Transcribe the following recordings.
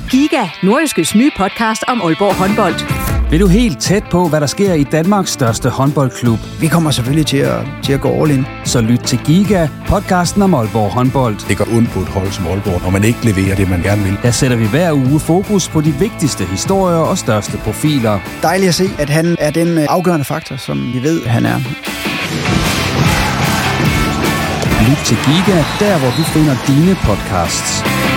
Giga, Nordjyskes nye podcast om Aalborg håndbold. Vil du helt tæt på, hvad der sker i Danmarks største håndboldklub? Vi kommer selvfølgelig til at gå all in. Så lyt til Giga, podcasten om Aalborg håndbold. Det går ondt på et hold som Aalborg, når man ikke leverer det, man gerne vil. Der sætter vi hver uge fokus på de vigtigste historier og største profiler. Dejligt at se, at han er den afgørende faktor, som vi ved, han er. Lyt til Giga, der hvor du finder dine podcasts.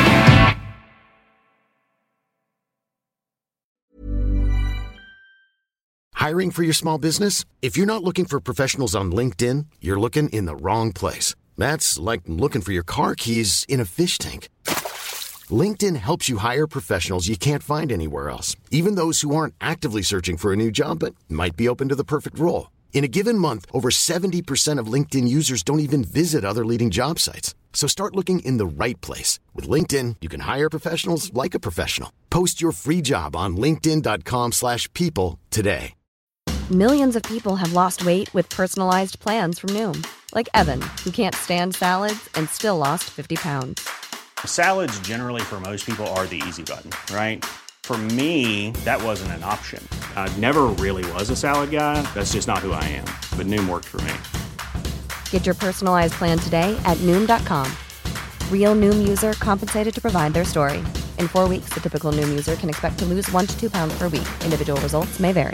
Hiring for your small business? If you're not looking for professionals on LinkedIn, you're looking in the wrong place. That's like looking for your car keys in a fish tank. LinkedIn helps you hire professionals you can't find anywhere else, even those who aren't actively searching for a new job but might be open to the perfect role. In a given month, over 70% of LinkedIn users don't even visit other leading job sites. So start looking in the right place. With LinkedIn, you can hire professionals like a professional. Post your free job on linkedin.com/people today. Millions of people have lost weight with personalized plans from Noom. Like Evan, who can't stand salads and still lost 50 pounds. Salads generally for most people are the easy button, right? For me, that wasn't an option. I never really was a salad guy. That's just not who I am. But Noom worked for me. Get your personalized plan today at Noom.com. Real Noom user compensated to provide their story. In 4 weeks, the typical Noom user can expect to lose 1 to 2 pounds per week. Individual results may vary.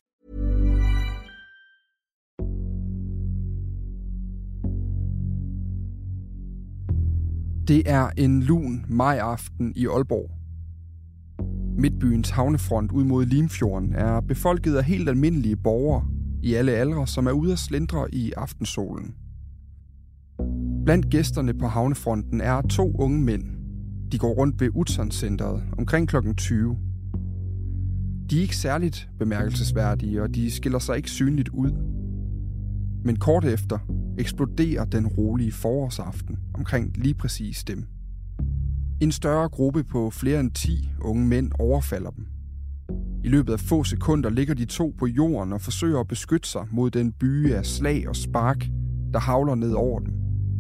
Det er en lun majaften i Aalborg. Midtbyens havnefront ud mod Limfjorden er befolket af helt almindelige borgere i alle aldre, som er ude at slendre i aftensolen. Blandt gæsterne på havnefronten er 2 unge mænd. De går rundt ved Utzon-centret omkring kl. 20. De er ikke særligt bemærkelsesværdige, og de skiller sig ikke synligt ud. Men kort efter eksploderer den rolige forårsaften omkring lige præcis dem. En større gruppe på flere end 10 unge mænd overfalder dem. I løbet af få sekunder ligger de 2 på jorden og forsøger at beskytte sig mod den byge af slag og spark, der hagler ned over dem.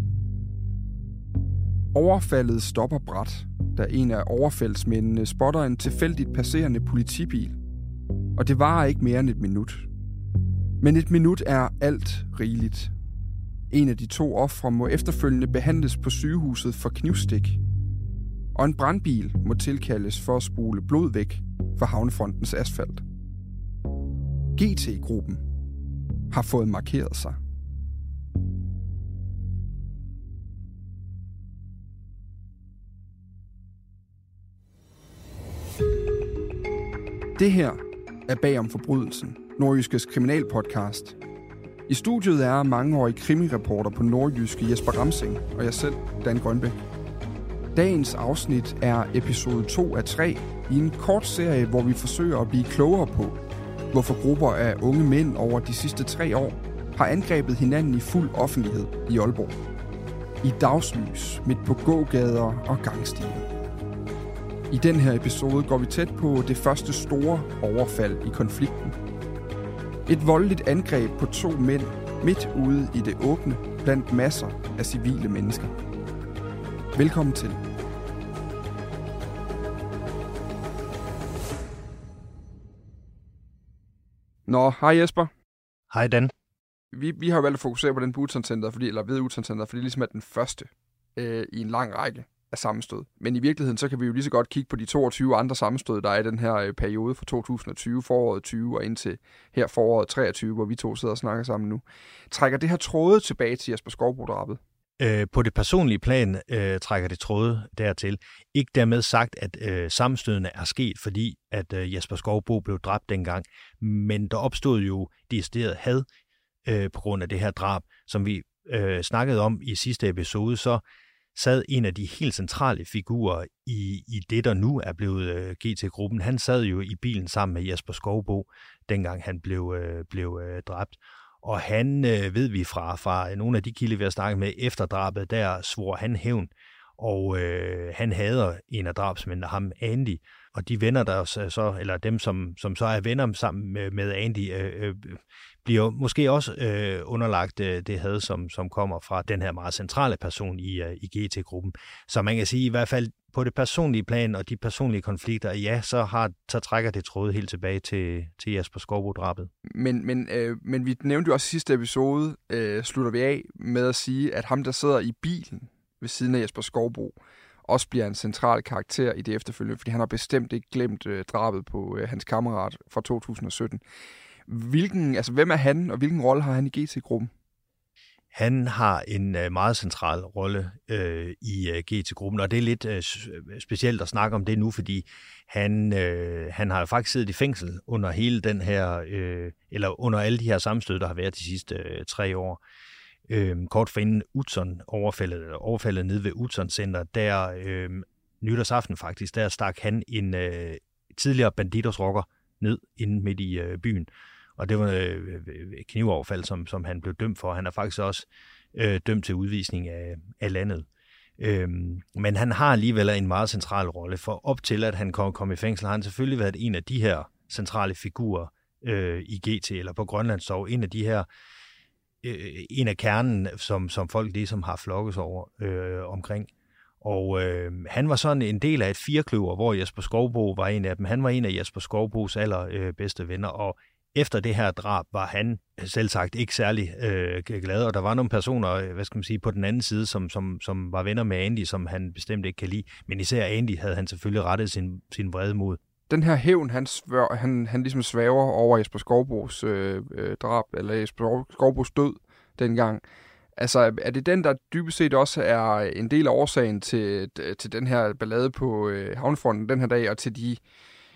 Overfaldet stopper brat, da en af overfaldsmændene spotter en tilfældigt passerende politibil. Og det varer ikke mere end 1 minut. Men 1 minut er alt rigeligt. En af de 2 ofre må efterfølgende behandles på sygehuset for knivstik. Og en brandbil må tilkaldes for at spule blod væk fra havnefrontens asfalt. GT-gruppen har fået markeret sig. Det her er Bag om forbrydelsen, Nordjyskes kriminalpodcast. I studiet er mangeårig krimireporter på Nordjyske Jesper Ramsing og jeg selv, Dan Grønbæk. Dagens afsnit er episode 2 af 3 i en kort serie, hvor vi forsøger at blive klogere på, hvorfor grupper af unge mænd over de sidste 3 år har angrebet hinanden i fuld offentlighed i Aalborg. I dagslys, midt på gågader og gangstier. I den her episode går vi tæt på det første store overfald i konflikten. Et voldeligt angreb på 2 mænd midt ude i det åbne blandt masser af civile mennesker. Velkommen til. Nå, hej Jesper. Hej Dan. Vi har jo valgt at fokusere på den på Utzon-centret, fordi det ligesom er den første i en lang række af sammenstød. Men i virkeligheden, så kan vi jo lige så godt kigge på de 22 andre sammenstød, der er i den her periode fra 2020, foråret 20 og indtil her foråret 23, hvor vi 2 sidder og snakker sammen nu. Trækker det her tråde tilbage til Jesper Skovbo-drabet? På det personlige plan trækker det tråde dertil. Ikke dermed sagt, at sammenstødene er sket, fordi at Jesper Skovbo blev dræbt dengang. Men der opstod jo decideret had på grund af det her drab. Som vi snakkede om i sidste episode, så sad en af de helt centrale figurer i det, der nu er blevet GT-gruppen. Han sad jo i bilen sammen med Jesper Skovbo, dengang han blev dræbt. Og han, ved vi fra nogle af de kilder, vi har snakket med efter drabet, der svor han hævn. og han hader en af drabsmændene, ham Andy, og de venner der så, eller dem, som så er venner sammen med Andy, bliver måske også underlagt det had, som kommer fra den her meget centrale person i GT-gruppen. Så man kan sige i hvert fald på det personlige plan og de personlige konflikter, ja, så trækker det tråd helt tilbage til Jesper Skovbo-drabet. Men vi nævnte jo også i sidste episode, slutter vi af med at sige, at ham, der sidder i bilen ved siden af Jesper Skovbo, også bliver en central karakter i det efterfølgende, fordi han har bestemt ikke glemt drabet på hans kammerat fra 2017. Hvem er han, og hvilken rolle har han i GT-gruppen? Han har en meget central rolle i GT-gruppen, og det er lidt specielt at snakke om det nu, fordi han har jo faktisk siddet i fængsel under hele den her, eller under alle de her sammenstød, der har været de sidste 3 år. Kort forinden Utzon overfaldet nede ved Utzon Center, der nytårsaften faktisk, der stak han en tidligere Bandidos-rocker ned inde midt i byen. Og det var et knivoverfald, som han blev dømt for. Han er faktisk også dømt til udvisning af landet. Men han har alligevel en meget central rolle, for op til at han kom i fængsel, har han selvfølgelig været en af de her centrale figurer i GT, eller på Grønlands Sov, en af de her, en af kernen, som folk ligesom har flokket over omkring. Og han var sådan en del af et firkløver, hvor Jesper Skovbo var en af dem. Han var en af Jesper Skovbos allerbedste venner, og efter det her drab var han selvsagt ikke særlig glad, og der var nogle personer, på den anden side, som var venner med Andy, som han bestemt ikke kan lide. Men især Andy havde han selvfølgelig rettet sin vrede mod. Den her hævn, han ligesom svæver over Jesper Skovbos drab, eller Jesper Skovbos død dengang. Altså, er det den, der dybest set også er en del af årsagen til den her ballade på havnefronten den her dag, og til de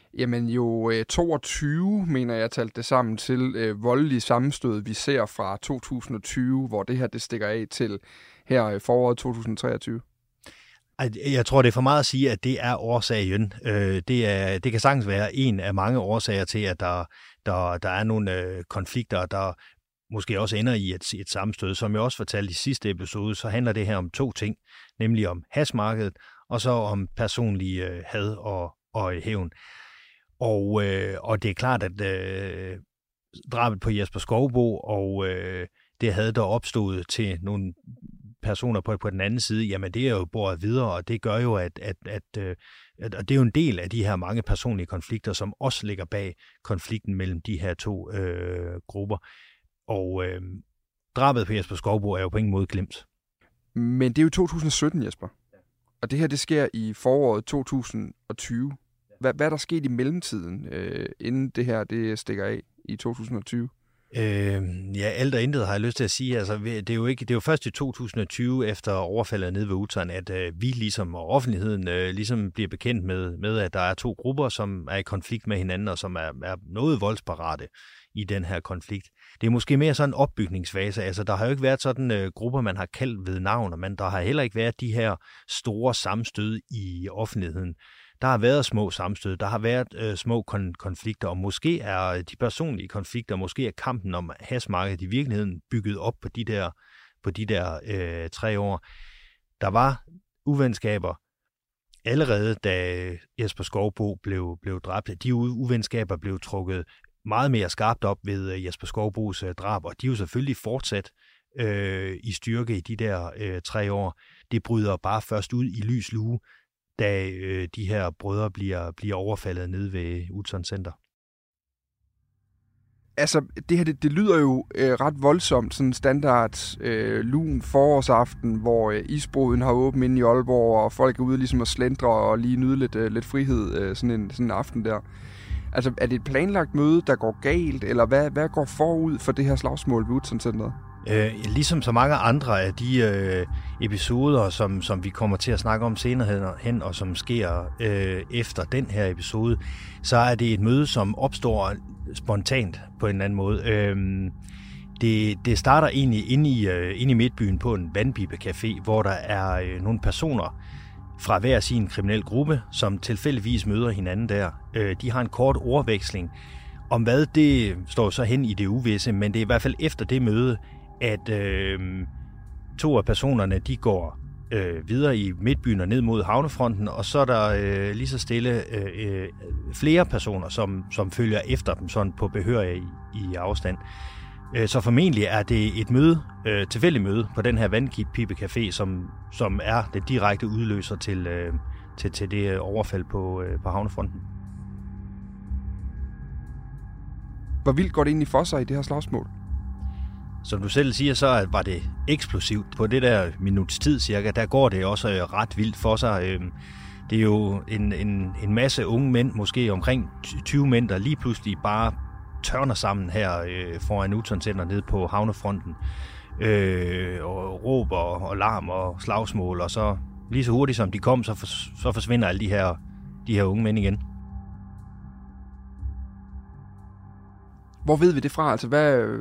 22, mener jeg, talte det sammen til voldelige sammenstød, vi ser fra 2020, hvor det her det stikker af til her i foråret 2023? Jeg tror, det er for meget at sige, at det er årsagen. Det kan sagtens være en af mange årsager til, at der er nogle konflikter, der måske også ender i et sammenstød. Som jeg også fortalte i sidste episode, så handler det her om 2 ting, nemlig om hashmarkedet, og så om personlig had og hævn. Og det er klart, at drabet på Jesper Skovbo og det had, der opstod til nogle personer på den anden side, jamen det er jo båret videre, og det gør jo, at det er jo en del af de her mange personlige konflikter, som også ligger bag konflikten mellem de her 2 grupper. Og drabet på Jesper Skovbo er jo på ingen måde glemt. Men det er jo 2017, Jesper. Og det her, det sker i foråret 2020. Hvad er der sket i mellemtiden, inden det her det stikker af i 2020? Alt og intet har jeg lyst til at sige. Altså, det er jo først i 2020, efter overfaldet nede ved Utzon, at vi ligesom, og offentligheden ligesom bliver bekendt med, at der er 2 grupper, som er i konflikt med hinanden, og som er noget voldsparate i den her konflikt. Det er måske mere sådan en opbygningsfase. Altså, der har jo ikke været sådan grupper, man har kaldt ved navn, men der har heller ikke været de her store sammenstød i offentligheden. Der har været små sammenstød, der har været små konflikter, og måske er de personlige konflikter, måske er kampen om hashmarkedet i virkeligheden bygget op på de der 3 år. Der var uvenskaber allerede, da Jesper Skovbo blev dræbt. De uvenskaber blev trukket meget mere skarpt op ved Jesper Skovbos drab, og de er jo selvfølgelig fortsat i styrke i de der 3 år. Det bryder bare først ud i lys lue, da de her brødre bliver overfaldet nede ved Utzon Center. Altså, det her, det lyder jo ret voldsomt, sådan en standard lun forårsaften, hvor isboden har åbent inde i Aalborg, og folk er ude ligesom at slendre og lige nyde lidt frihed sådan en aften der. Altså, er det et planlagt møde, der går galt, eller hvad går forud for det her slagsmål ved Utzon Centeret? Ligesom så mange andre af de episoder, som vi kommer til at snakke om senere hen, og som sker efter den her episode, så er det et møde, som opstår spontant på en anden måde. Det starter egentlig inde i midtbyen på en vandpibecafé, hvor der er nogle personer fra hver sin kriminel gruppe, som tilfældigvis møder hinanden der. De har en kort ordveksling om hvad, det står så hen i det uvisse, men det er i hvert fald efter det møde, at 2 af personerne, de går videre i midtbyen og ned mod havnefronten, og så er der lige så stille flere personer, som følger efter dem sådan på behørig i afstand. Så formentlig er det et møde, tilfældigt møde på den her vandpibecafé, som er den direkte udløser til det overfald på havnefronten. Hvor vildt går det egentlig for sig i det her slagsmål? Som du selv siger, så var det eksplosivt. På det der minuts tid cirka, der går det også ret vildt for sig. Det er jo en masse unge mænd, måske omkring 20 mænd, der lige pludselig bare tørner sammen her foran Newton Center nede på havnefronten. Og råb og larm og slagsmål, og så lige så hurtigt som de kom, så forsvinder alle de her unge mænd igen. Hvor ved vi det fra? Altså,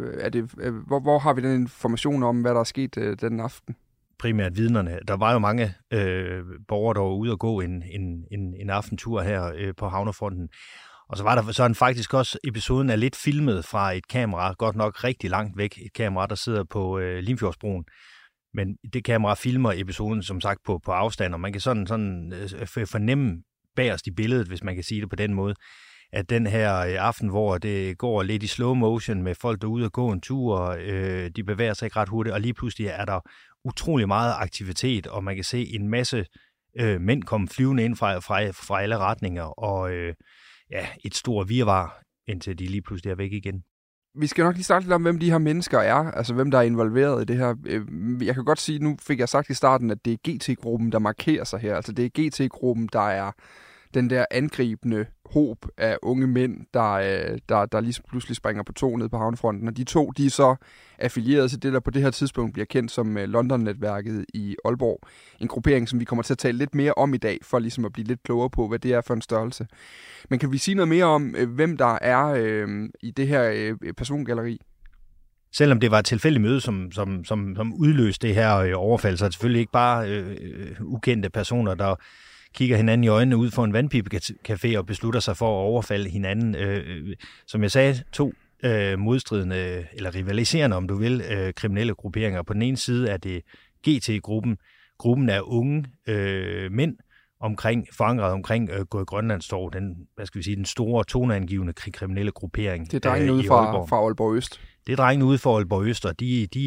hvor har vi den information om, hvad der er sket den aften? Primært vidnerne. Der var jo mange borgere, der var ude og gå en aftentur her på havnefronten. Og så var der sådan faktisk også, episoden er lidt filmet fra et kamera, godt nok rigtig langt væk, et kamera, der sidder på Limfjordsbroen. Men det kamera filmer episoden, som sagt, på afstand, og man kan sådan fornemme bagerst i billedet, hvis man kan sige det på den måde, at den her aften, hvor det går lidt i slow motion med folk, der er ude og gå en tur, de bevæger sig ikke ret hurtigt, og lige pludselig er der utrolig meget aktivitet, og man kan se en masse mænd komme flyvende ind fra alle retninger, og et stort virvar, indtil de lige pludselig er væk igen. Vi skal nok lige starte lidt om, hvem de her mennesker er, altså hvem der er involveret i det her. Jeg kan godt sige, nu fik jeg sagt i starten, at det er GT-gruppen, der markerer sig her. Altså det er GT-gruppen, der er den der angribende håb af unge mænd, der lige pludselig springer på to ned på havnefronten. Og de to, de er så affilieret til det, der på det her tidspunkt bliver kendt som London-netværket i Aalborg. En gruppering, som vi kommer til at tale lidt mere om i dag, for ligesom at blive lidt klogere på, hvad det er for en størrelse. Men kan vi sige noget mere om, hvem der er i det her persongalleri? Selvom det var et tilfældigt møde, som udløste det her overfald, så er det selvfølgelig ikke bare ukendte personer, der kigger hinanden i øjnene ud for en vandpibecafé og beslutter sig for at overfalde hinanden. Som jeg sagde, to modstridende, eller rivaliserende, om du vil, kriminelle grupperinger. På den ene side er det GT-gruppen. Gruppen er unge mænd, forankret omkring Grønlandstorv, den store toneangivende kriminelle gruppering. Det er drengene ude fra Aalborg Øst. Det er drengene ude fra Aalborg Øst, og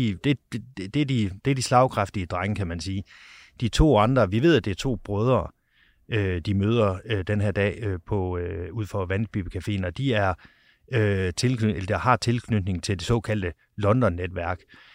det er de slagkraftige drenge, kan man sige. De to andre, vi ved, at det er to brødre, de møder den her dag ud for Vandpibecaféen, og de er der har tilknytning til det såkaldte London-netværk.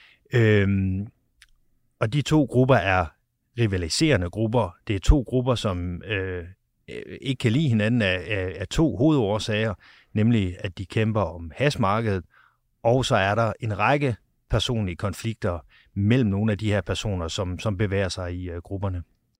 Og de to grupper er rivaliserende grupper. Det er to grupper, som ikke kan lide hinanden af to hovedårsager, nemlig at de kæmper om hashmarkedet, og så er der en række personlige konflikter mellem nogle af de her personer, som bevæger sig i grupperne.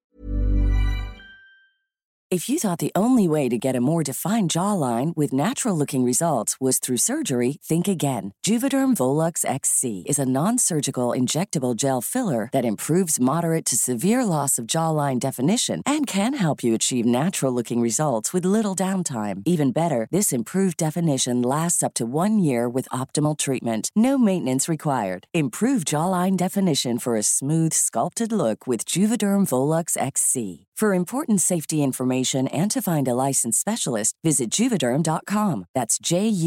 If you thought the only way to get a more defined jawline with natural-looking results was through surgery, think again. Juvederm Volux XC is a non-surgical injectable gel filler that improves moderate to severe loss of jawline definition and can help you achieve natural-looking results with little downtime. Even better, this improved definition lasts up to 1 year with optimal treatment. No maintenance required. Improve jawline definition for a smooth, sculpted look with Juvederm Volux XC. For important safety information and to find a licensed specialist, visit Juvederm.com. That's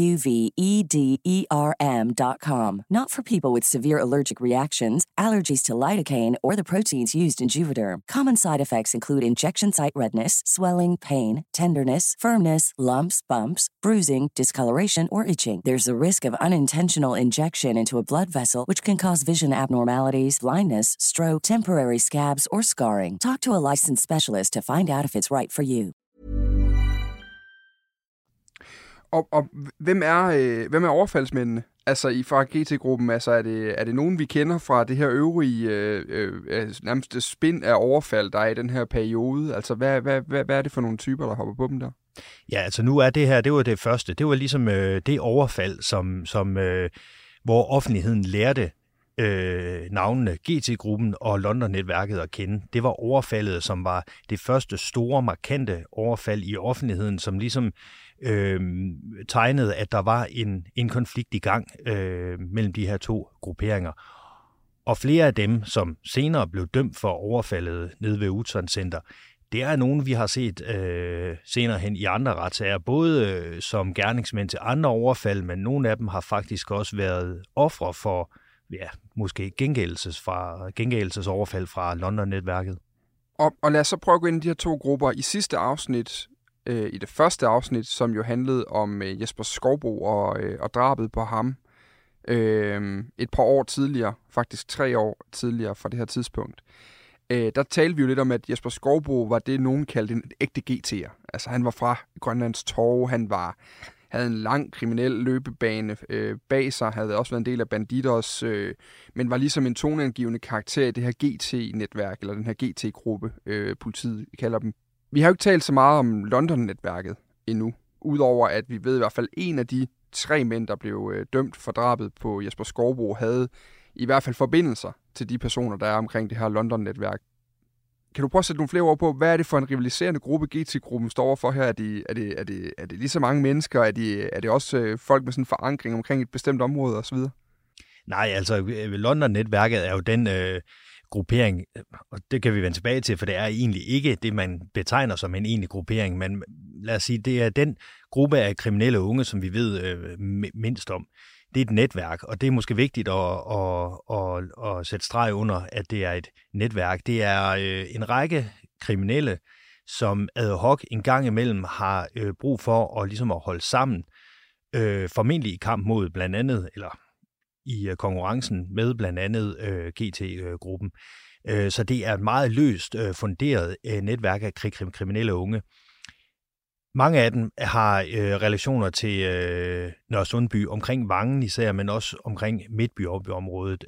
JUVEDERM.com. Not for people with severe allergic reactions, allergies to lidocaine, or the proteins used in Juvederm. Common side effects include injection site redness, swelling, pain, tenderness, firmness, lumps, bumps, bruising, discoloration, or itching. There's a risk of unintentional injection into a blood vessel, which can cause vision abnormalities, blindness, stroke, temporary scabs, or scarring. Talk to a licensed specialist to find out if it's right for you. Og hvem er overfaldsmændene? Altså fra GT-gruppen, altså er det nogen, vi kender fra det her øvrige nærmest spind af overfald, der er i den her periode? Altså hvad er det for nogle typer, der hopper på dem der? Ja, altså nu er det her, det var det første. Det var ligesom det overfald, hvor offentligheden lærte navnene GT-gruppen og London-netværket at kende. Det var overfaldet, som var det første store, markante overfald i offentligheden, som ligesom tegnede, at der var en konflikt i gang mellem de her to grupperinger. Og flere af dem, som senere blev dømt for overfaldet nede ved Utzon Center, det er nogen, vi har set senere hen i andre retssager, både som gerningsmænd til andre overfald, men nogle af dem har faktisk også været ofre for måske gengældelsesoverfald fra London-netværket. Og lad os så prøve at gå ind i de her to grupper. I sidste afsnit, i det første afsnit, som jo handlede om Jesper Skovbo og drabet på ham, et par år tidligere, faktisk 3 år tidligere fra det her tidspunkt, der talte vi jo lidt om, at Jesper Skovbo var det, nogen kaldte en ægte GT'er. Altså han var fra Grønlands Torv, han havde en lang kriminel løbebane bag sig, havde også været en del af Bandidos, men var ligesom en toneangivende karakter i det her GT-netværk, eller den her GT-gruppe, politiet kalder dem. Vi har jo ikke talt så meget om London-netværket endnu, udover at vi ved i hvert fald, en af de 3 mænd, der blev dømt for drabet på Jesper Skovbo, havde i hvert fald forbindelser til de personer, der er omkring det her London-netværk. Kan du prøve at sætte nogle flere ord på, hvad er det for en rivaliserende gruppe, GT-gruppen står overfor her? Er det lige så mange mennesker? Er det også folk med sådan en forankring omkring et bestemt område osv.? Nej, altså London-netværket er jo den gruppering, og det kan vi vende tilbage til, for det er egentlig ikke det, man betegner som en egentlig gruppering, men lad os sige, det er den gruppe af kriminelle unge, som vi ved mindst om. Det er et netværk, og det er måske vigtigt at sætte streg under, at det er et netværk. Det er en række kriminelle, som ad hoc en gang imellem har brug for ligesom at holde sammen, formentlig i kamp mod blandt andet, eller i konkurrencen med blandt andet GT-gruppen. Så det er et meget løst funderet netværk af kriminelle unge. Mange af dem har relationer til Nørresundby, omkring Vangen især, men også omkring Midtby-området.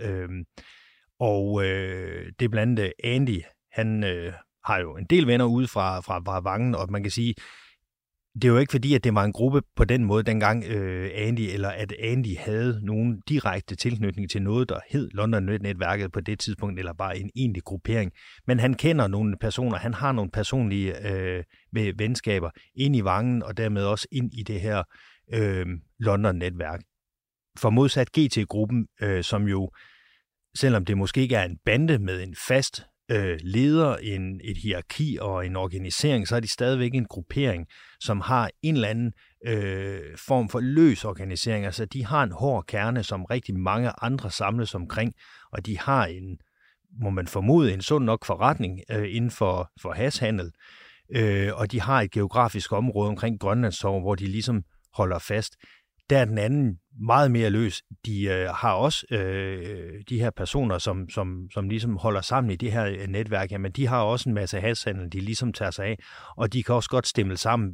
Det er blandt andet Andy. Han har jo en del venner ude fra Vangen, og man kan sige, det er jo ikke fordi, at det var en gruppe på den måde dengang Andy, eller at Andy havde nogen direkte tilknytning til noget, der hed London-netværket på det tidspunkt, eller bare en egentlig gruppering. Men han kender nogle personer, han har nogle personlige venskaber ind i Vangen, og dermed også ind i det her London-netværk. For modsat GT-gruppen, som jo, selvom det måske ikke er en bande med en fast leder, et hierarki og en organisering, så er de stadigvæk en gruppering, som har en eller anden form for løs organisering. Altså, de har en hård kerne, som rigtig mange andre samles omkring, og de har må man formode, en sund nok forretning inden for hashhandel, og de har et geografisk område omkring Grønlandstorv, hvor de ligesom holder fast. Der er den anden meget mere løs. De har også de her personer, som ligesom holder sammen i det her netværk, men de har også en masse hashhandel, de ligesom tager sig af, og de kan også godt stemme sammen,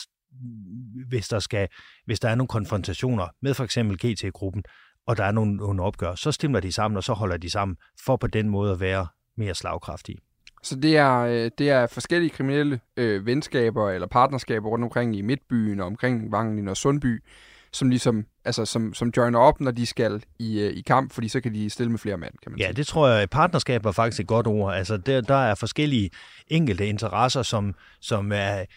hvis der er nogle konfrontationer med for eksempel GT-gruppen, og der er nogle opgør, så stemmer de sammen, og så holder de sammen, for på den måde at være mere slagkraftige. Så det er forskellige kriminelle venskaber eller partnerskaber rundt omkring i Midtbyen og omkring Vangen i Nørresundby, som ligesom, altså som joiner op, når de skal i kamp, fordi så kan de stille med flere mand, kan man sige. Ja, det tror jeg, partnerskab er faktisk et godt ord. Altså der er forskellige enkelte interesser, som er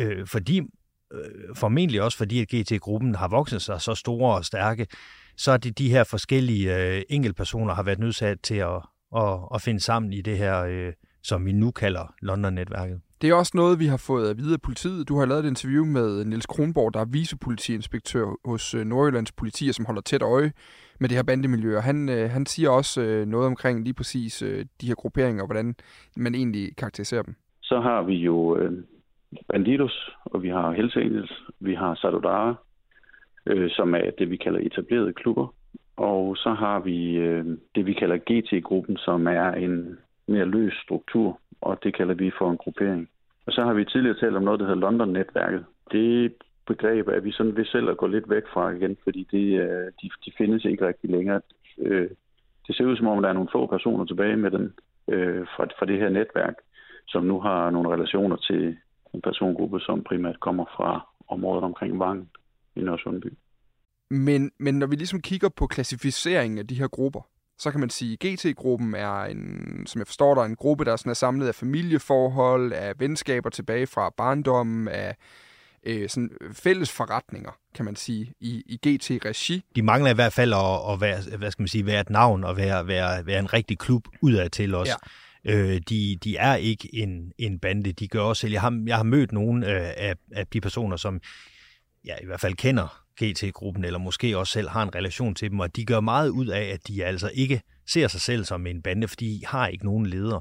formentlig også fordi, at GT-gruppen har vokset sig så store og stærke, så er det de her forskellige enkeltpersoner har været nødsaget til at finde sammen i det her, som vi nu kalder London-netværket. Det er også noget, vi har fået at vide af politiet. Du har lavet et interview med Niels Kronborg, der er vicepolitiinspektør hos Nordjyllands politi, som holder tæt øje med det her bandemiljø. Han siger også noget omkring lige præcis de her grupperinger, og hvordan man egentlig karakteriserer dem. Så har vi jo Bandidos, og vi har Hells Angels, vi har Sadodara, som er det, vi kalder etablerede klubber. Og så har vi det, vi kalder GT-gruppen, som er en mere løs struktur, og det kalder vi for en gruppering. Og så har vi tidligere talt om noget, der hedder London-netværket. Det begreb er vi sådan ved selv at gå lidt væk fra igen, fordi de findes ikke rigtig længere. Det ser ud som om, der er nogle få personer tilbage med den fra det her netværk, som nu har nogle relationer til en persongruppe, som primært kommer fra området omkring Vangen i Nørresundby. Men når vi ligesom kigger på klassificeringen af de her grupper, så kan man sige, at GT-gruppen er som jeg forstår, der er en gruppe, der sådan er samlet af familieforhold, af venskaber tilbage fra barndommen, af sådan fælles forretninger, kan man sige, i GT-regi. De mangler i hvert fald at være, hvad skal man sige, være et navn og være en rigtig klub udad til os. Ja. De er ikke en bande. De gør også selv. Jeg har mødt nogle af de personer, som i hvert fald kender GT-gruppen, eller måske også selv har en relation til dem, og de gør meget ud af, at de altså ikke ser sig selv som en bande, fordi de har ikke nogen leder.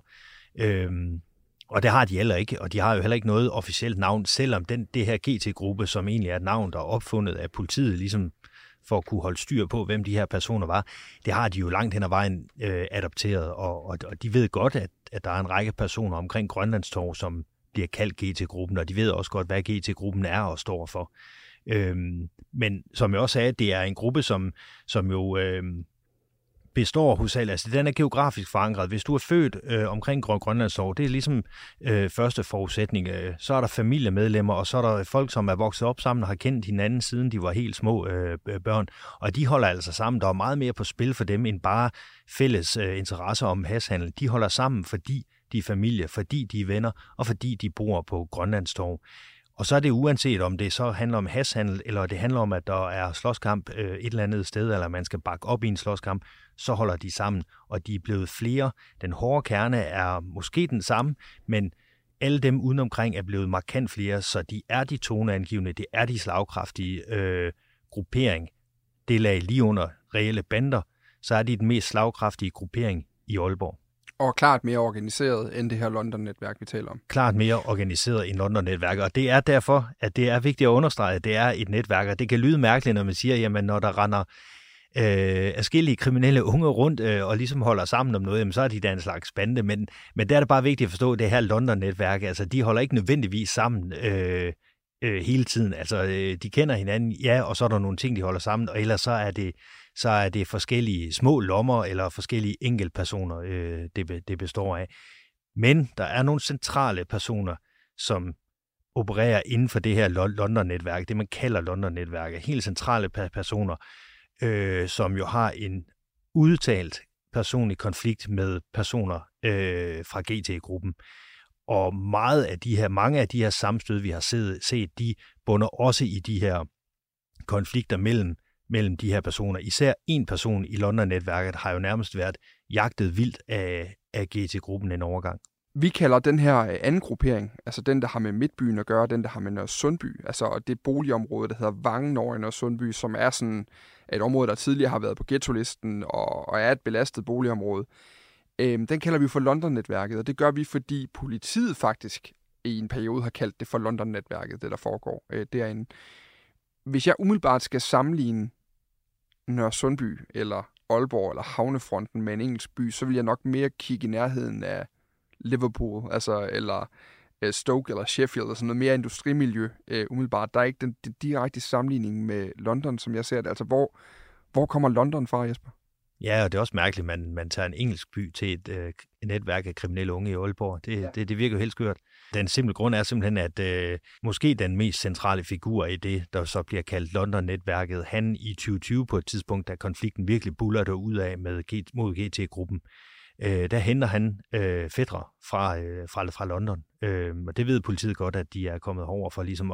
Og det har de heller ikke, og de har jo heller ikke noget officielt navn, selvom det her GT-gruppe, som egentlig er et navn, der er opfundet af politiet, ligesom for at kunne holde styr på, hvem de her personer var, det har de jo langt hen ad vejen adopteret, og de ved godt, at der er en række personer omkring Grønlandstorv, som bliver kaldt GT-gruppen, og de ved også godt, hvad GT-gruppen er og står for. Men som jeg også sagde, det er en gruppe, som jo består hos alle. Altså, den er geografisk forankret. Hvis du er født omkring Grønlandstorv, det er ligesom første forudsætning. Så er der familiemedlemmer, og så er der folk, som er vokset op sammen og har kendt hinanden, siden de var helt små børn. Og de holder altså sammen. Der er meget mere på spil for dem, end bare fælles interesser om hashhandel. De holder sammen, fordi de er familie, fordi de er venner, og fordi de bor på Grønlandstorv. Og så er det uanset, om det så handler om hashhandel, eller det handler om, at der er slåskamp et eller andet sted, eller man skal bakke op i en slåskamp, så holder de sammen, og de er blevet flere. Den hårde kerne er måske den samme, men alle dem udenomkring er blevet markant flere, så de er de toneangivende, det er de slagkraftige gruppering. Det lag lige under reelle bander, så er de den mest slagkraftige gruppering i Aalborg. Og klart mere organiseret end det her London-netværk, vi taler om. Klart mere organiseret end London-netværket, og det er derfor, at det er vigtigt at understrege, at det er et netværk, og det kan lyde mærkeligt, når man siger, jamen når der render forskellige kriminelle unge rundt og ligesom holder sammen om noget, jamen, så er de da en slags bande, men der er det bare vigtigt at forstå, at det her London-netværk, altså de holder ikke nødvendigvis sammen hele tiden, altså de kender hinanden, ja, og så er der nogle ting, de holder sammen, og ellers så er det forskellige små lommer eller forskellige enkeltpersoner, det består af. Men der er nogle centrale personer, som opererer inden for det her London-netværk, det man kalder London-netværket. Helt centrale personer, som jo har en udtalt personlig konflikt med personer fra GT-gruppen. Og mange af de her sammenstød, vi har set, de bunder også i de her konflikter mellem de her personer. Især en person i London-netværket har jo nærmest været jagtet vildt af GT-gruppen en overgang. Vi kalder den her anden gruppering, altså den, der har med Midtbyen at gøre, den, der har med Nørresundby, altså det boligområde, der hedder Vangen over i Nørresundby, som er sådan et område, der tidligere har været på ghetto-listen og er et belastet boligområde. Den kalder vi for London-netværket, og det gør vi, fordi politiet faktisk i en periode har kaldt det for London-netværket, det der foregår derinde. Hvis jeg umiddelbart skal sammenligne Nørresundby eller Aalborg eller Havnefronten med en engelsk by, så vil jeg nok mere kigge i nærheden af Liverpool, altså eller Stoke eller Sheffield, eller sådan noget mere industrimiljø umiddelbart. Der er ikke den direkte sammenligning med London, som jeg ser det. Altså, hvor kommer London fra, Jesper? Ja, og det er også mærkeligt, at man tager en engelsk by til et netværk af kriminelle unge i Aalborg. Det virker jo helt skørt. Den simple grund er simpelthen, at måske den mest centrale figur i det, der så bliver kaldt London-netværket, han i 2020 på et tidspunkt, da konflikten virkelig buller derud af mod GT-gruppen, der henter han fætre fra London. Og det ved politiet godt, at de er kommet over for ligesom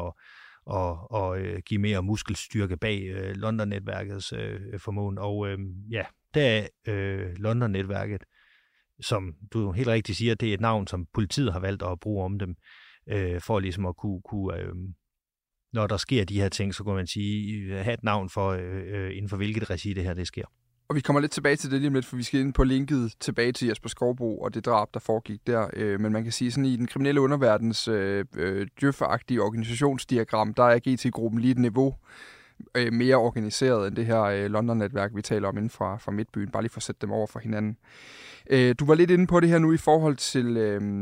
at give mere muskelstyrke bag London-netværkets formåen. Og der er London-netværket, som du helt rigtigt siger, det er et navn, som politiet har valgt at bruge om dem, for ligesom at kunne når der sker de her ting, så kan man sige, have et navn for, inden for hvilket regi det her det sker. Og vi kommer lidt tilbage til det lige om lidt, for vi skal ind på linket tilbage til Jesper Skovbo og det drab, der foregik der. Men man kan sige, sådan i den kriminelle underverdens djøf-agtige organisationsdiagram, der er GT-gruppen lige et niveau mere organiseret end det her London-netværk, vi taler om inden fra Midtbyen, bare lige for at sætte dem over for hinanden. Du var lidt inde på det her nu i forhold til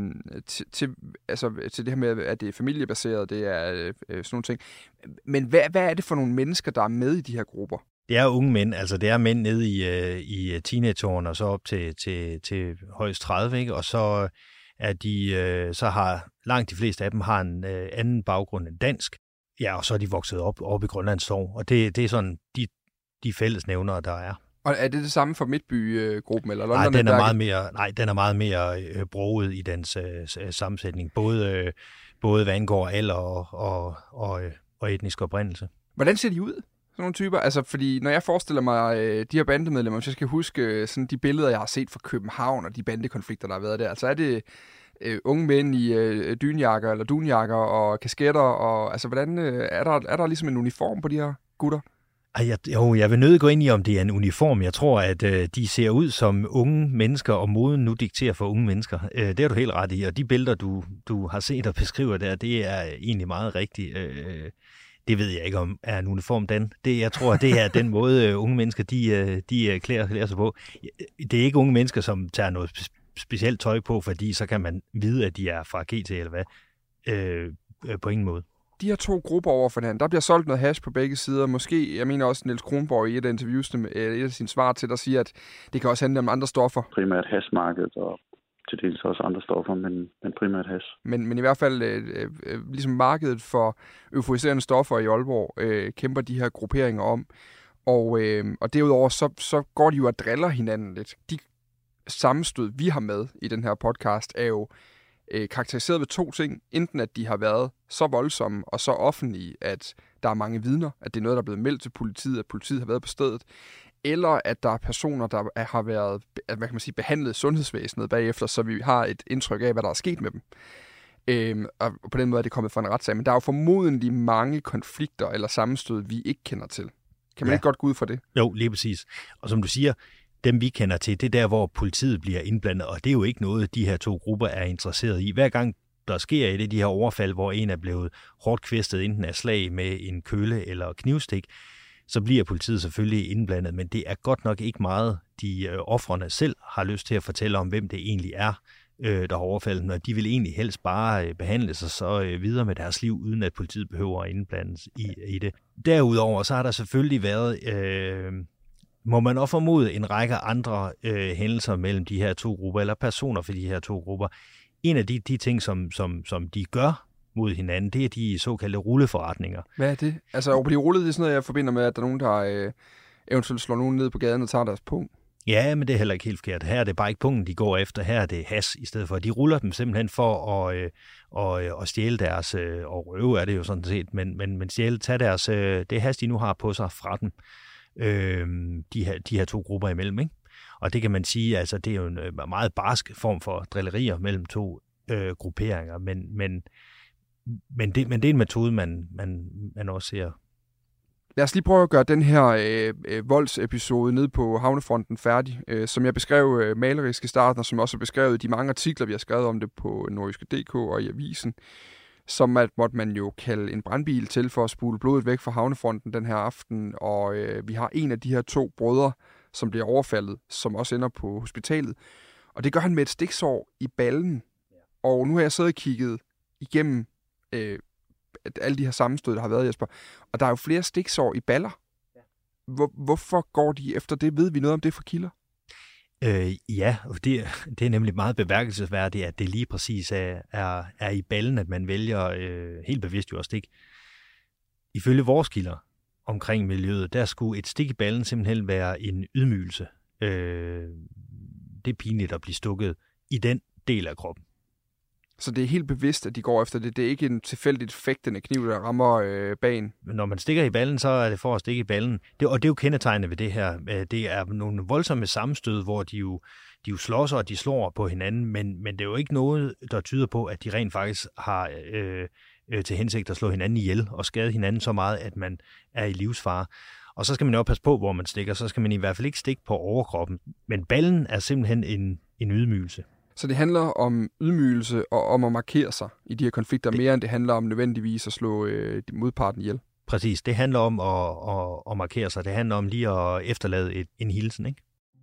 det her med, at det er familiebaseret, det er sådan nogle ting. Men hvad er det for nogle mennesker, der er med i de her grupper? Det er unge mænd, altså det er mænd nede i teenageårene og så op til højst 30, ikke? Og så er så har langt de fleste af dem har en anden baggrund end dansk. Ja, og så er de vokset op i Grønlandstorv, og det er sådan de fællesnævnere, der er. Og er det samme for Midtby-gruppen? Eller Nej, den er meget mere broget i dens sammensætning. Både hvad angår alder og etnisk oprindelse. Hvordan ser de ud, sådan nogle typer? Altså, fordi når jeg forestiller mig de her bandemedlemmer, så skal jeg huske sådan de billeder, jeg har set fra København, og de bandekonflikter, der har været der. Altså er det unge mænd i dynjakker eller dunjakker og kasketter, og altså hvordan er der ligesom en uniform på de her gutter? Jeg vil nødt gå ind i, om det er en uniform. Jeg tror, at de ser ud som unge mennesker, og moden nu dikterer for unge mennesker. Det er du helt ret i, og de billeder, du har set og beskriver der, det er egentlig meget rigtigt. Det ved jeg ikke, om er en uniform den. Jeg tror, at det er den måde, unge mennesker de klæder sig på. Det er ikke unge mennesker, som tager noget specielt tøj på, fordi så kan man vide, at de er fra GT eller hvad. På ingen måde. De her to grupper over for hinanden, der bliver solgt noget hash på begge sider. Måske, jeg mener også Niels Kronborg i et af interviewsene, et af sine svar til, der siger, at det kan også handle om andre stoffer. Primært hashmarkedet og til dels også andre stoffer, men primært hash. Men i hvert fald, ligesom markedet for euforiserende stoffer i Aalborg, kæmper de her grupperinger om. Og derudover, så går de jo og driller hinanden lidt. De sammenstød, vi har med i den her podcast, er jo karakteriseret ved to ting. Enten at de har været så voldsomme og så offentlige, at der er mange vidner, at det er noget, der er blevet meldt til politiet, at politiet har været på stedet, eller at der er personer, der har været, hvad kan man sige, behandlet i sundhedsvæsenet bagefter, så vi har et indtryk af, hvad der er sket med dem. Og på den måde er det kommet fra en retssag. Men der er jo formodentlig mange konflikter eller sammenstød, vi ikke kender til. Kan man ikke godt gå ud fra det? Jo, lige præcis. Og som du siger, dem vi kender til, det er der, hvor politiet bliver indblandet, og det er jo ikke noget, de her to grupper er interesseret i. Hver gang der sker i det, de her overfald, hvor en er blevet hårdt kvæstet enten af slag med en kølle eller knivstik, så bliver politiet selvfølgelig indblandet, men det er godt nok ikke meget, de ofrene selv har lyst til at fortælle om, hvem det egentlig er, der har overfaldet dem, og de vil egentlig helst bare behandle sig så videre med deres liv, uden at politiet behøver at indblandes i det. Derudover så har der selvfølgelig været må man også formode en række andre hændelser mellem de her to grupper, eller personer for de her to grupper. En af de ting, som de gør mod hinanden, det er de såkaldte rulleforretninger. Hvad er det? Altså at blive rullet, det er sådan noget, jeg forbinder med, at der er nogen, der eventuelt slår nogen ned på gaden og tager deres punkt. Ja, men det er heller ikke helt forkert. Her er det bare ikke punkten, de går efter. Her er det hash i stedet for. De ruller dem simpelthen for at stjæle deres, og røve er det jo sådan set, men tage deres, det hash, de nu har på sig fra dem. De her to grupper imellem, ikke? Og det kan man sige, altså det er jo en meget barsk form for drillerier mellem to grupperinger, men det er en metode, man også ser. Lad os lige prøve at gøre den her voldsepisode nede på Havnefronten færdig, som jeg beskrev malerisk i starten, og som også er beskrevet i de mange artikler, vi har skrevet om det på Nordjyske.dk og i avisen, som måtte man jo kalde en brandbil til for at spule blodet væk fra Havnefronten den her aften. Og vi har en af de her to brødre, som bliver overfaldet, som også ender på hospitalet. Og det gør han med et stiksår i ballen. Og nu har jeg siddet og kigget igennem alle de her sammenstød, der har været, Jesper. Og der er jo flere stiksår i baller. Hvorfor går de efter det? Ved vi noget om det fra kilder? Ja, det er nemlig meget bemærkelsesværdigt, at det lige præcis er i ballen, at man vælger helt bevidst jo at stikke. Ifølge vores kilder omkring miljøet, der skulle et stik i ballen simpelthen være en ydmygelse. Det er pinligt at blive stukket i den del af kroppen. Så det er helt bevidst, at de går efter det. Det er ikke en tilfældigt fægtende kniv, der rammer bagen. Når man stikker i ballen, så er det for at stikke i ballen. Og det er jo kendetegnet ved det her. Det er nogle voldsomme sammenstød, hvor de jo slås, og de slår på hinanden, men det er jo ikke noget, der tyder på, at de rent faktisk har til hensigt at slå hinanden ihjel og skade hinanden så meget, at man er i livsfare. Og så skal man jo passe på, hvor man stikker. Så skal man i hvert fald ikke stikke på overkroppen. Men ballen er simpelthen en ydmygelse. Så det handler om ydmygelse og om at markere sig i de her konflikter, mere end det handler om nødvendigvis at slå modparten ihjel. Præcis, det handler om at markere sig. Det handler om lige at efterlade en hilsen, ikke?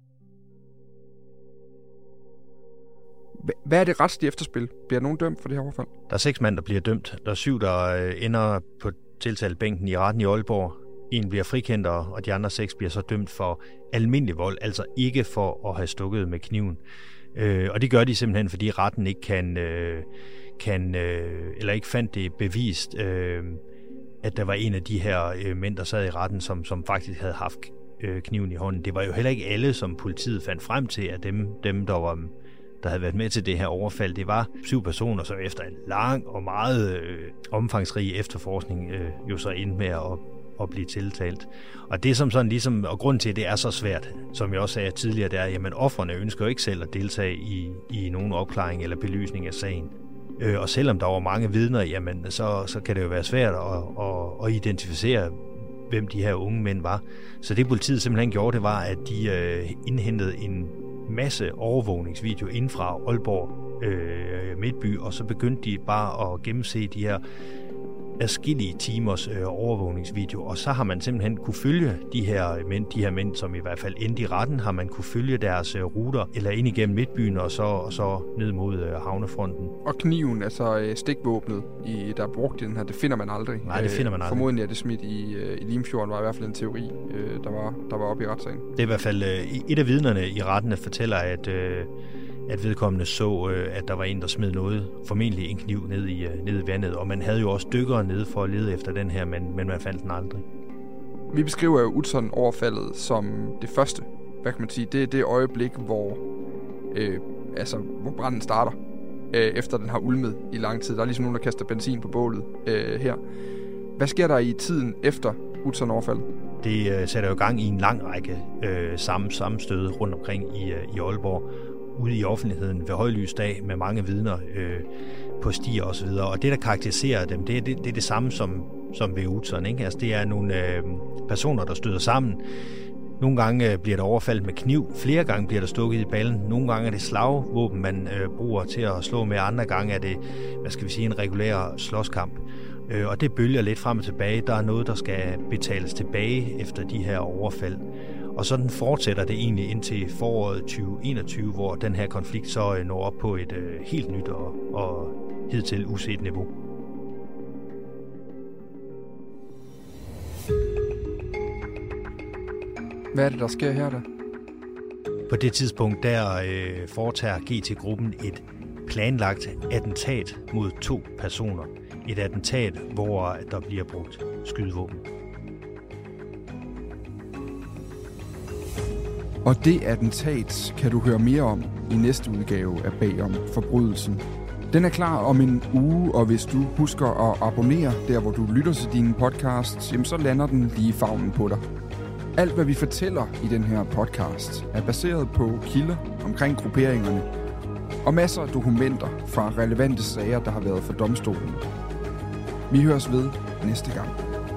Hvad er det retslige efterspil? Bliver nogen dømt for det her overfald? Der er 6 mand, der bliver dømt. Der er 7, der ender på tiltalebænken i retten i Aalborg. En bliver frikendt, og de andre 6 bliver så dømt for almindelig vold, altså ikke for at have stukket med kniven. Og det gør de simpelthen, fordi retten ikke eller ikke fandt det bevist, at der var en af de her mænd, der sad i retten, som faktisk havde haft kniven i hånden. Det var jo heller ikke alle, som politiet fandt frem til, at dem der havde været med til det her overfald. Det var 7 personer, som efter en lang og meget omfangsrig efterforskning jo så endte med at blive tiltalt. Og det som sådan ligesom, og grunden til, at det er så svært, som jeg også sagde tidligere, det er, jamen ofrene ønsker jo ikke selv at deltage i nogen opklaring eller belysning af sagen. Og selvom der var mange vidner, jamen så kan det jo være svært at identificere, hvem de her unge mænd var. Så det politiet simpelthen gjorde, det var, at de indhentede en masse overvågningsvideo inden fra Aalborg Midtby, og så begyndte de bare at gennemse de her adskillige timers overvågningsvideo, og så har man simpelthen kunne følge de her mænd, som i hvert fald endte i retten, har man kunne følge deres ruter, eller ind igennem Midtbyen, og så ned mod havnefronten. Og kniven, altså stikvåbnet, der er brugt i den her, det finder man aldrig. Nej, det finder man aldrig. Formodentlig er det smidt i Limfjorden, var i hvert fald en teori, der var oppe i retssagen. Det er i hvert fald et af vidnerne i retten, der fortæller, at vedkommende så, at der var en, der smed noget, formentlig en kniv ned i vandet, og man havde jo også dykkere nede for at lede efter den her, men man fandt den aldrig. Vi beskriver jo Utzon-overfaldet som det første, hvad kan man sige, det er det øjeblik, hvor branden starter, efter den har ulmet i lang tid. Der er ligesom nogen, der kaster benzin på bålet her. Hvad sker der i tiden efter Utzon-overfaldet? Det sætter jo gang i en lang række sammenstød rundt omkring i Aalborg, ude i offentligheden ved højlysdag med mange vidner på stier og så videre. Og det, der karakteriserer dem, det er det samme som ved Utzon, ikke? Altså, det er nogle personer, der støder sammen. Nogle gange bliver der overfaldet med kniv, flere gange bliver der stukket i ballen, nogle gange er det slagvåben, man bruger til at slå med, andre gange er det, en regulær slåskamp. Og det bølger lidt frem og tilbage. Der er noget, der skal betales tilbage efter de her overfald. Og sådan fortsætter det egentlig indtil foråret 2021, hvor den her konflikt så når op på et helt nyt og hidtil uset niveau. Hvad er det, der sker her da? På det tidspunkt, der foretager GT-gruppen et planlagt attentat mod 2 personer. Et attentat, hvor der bliver brugt skydevåben. Og det attentat kan du høre mere om i næste udgave af Bagom Forbrydelsen. Den er klar om en uge, og hvis du husker at abonnere der, hvor du lytter til dine podcasts, jamen så lander den lige i favnen på dig. Alt, hvad vi fortæller i den her podcast, er baseret på kilder omkring grupperingerne og masser af dokumenter fra relevante sager, der har været for domstolen. Vi høres ved næste gang.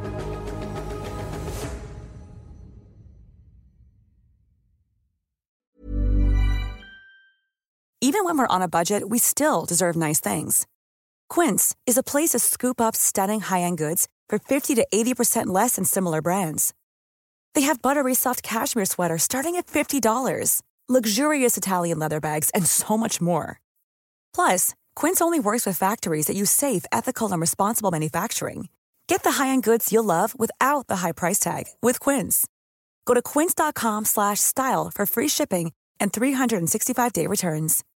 Even when we're on a budget, we still deserve nice things. Quince is a place to scoop up stunning high-end goods for 50 to 80% less than similar brands. They have buttery soft cashmere sweaters starting at $50, luxurious Italian leather bags, and so much more. Plus, Quince only works with factories that use safe, ethical, and responsible manufacturing. Get the high-end goods you'll love without the high price tag with Quince. Go to quince.com/style for free shipping and 365-day returns.